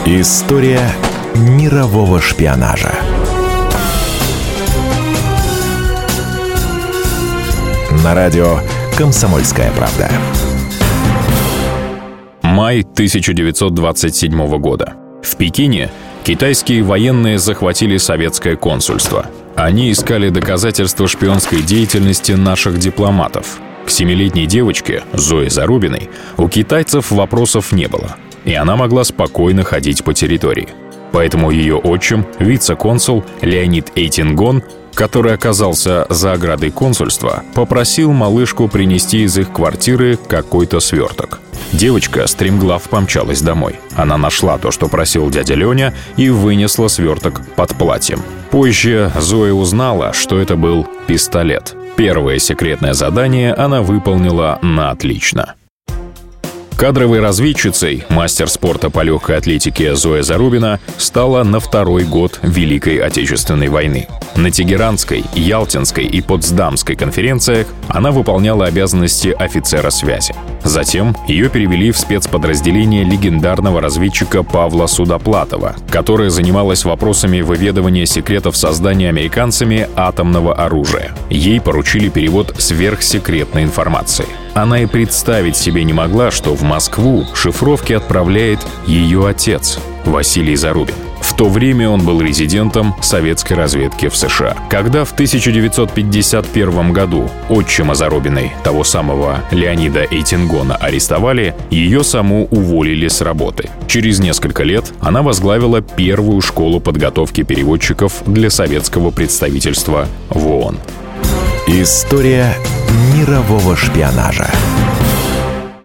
История мирового шпионажа. На радио «Комсомольская правда». Май 1927 года. В Пекине китайские военные захватили советское консульство. Они искали доказательства шпионской деятельности наших дипломатов. К 7-летней девочке, Зое Зарубиной, у китайцев вопросов не было, и она могла спокойно ходить по территории. Поэтому ее отчим, вице-консул Леонид Эйтингон, который оказался за оградой консульства, попросил малышку принести из их квартиры какой-то сверток. Девочка стремглав помчалась домой. Она нашла то, что просил дядя Леня, и вынесла сверток под платьем. Позже Зоя узнала, что это был пистолет. Первое секретное задание она выполнила на отлично. Кадровой разведчицей, мастер спорта по легкой атлетике Зоя Зарубина стала на второй год Великой Отечественной войны. На Тегеранской, Ялтинской и Потсдамской конференциях она выполняла обязанности офицера связи. Затем ее перевели в спецподразделение легендарного разведчика Павла Судоплатова, которое занималось вопросами выведывания секретов создания американцами атомного оружия. Ей поручили перевод сверхсекретной информации. Она и представить себе не могла, что в Москву шифровки отправляет ее отец, Василий Зарубин. В то время он был резидентом советской разведки в США. Когда в 1951 году отчима Зарубиной, того самого Леонида Эйтингона, арестовали, ее саму уволили с работы. Через несколько лет она возглавила первую школу подготовки переводчиков для советского представительства в ООН. История мирового шпионажа.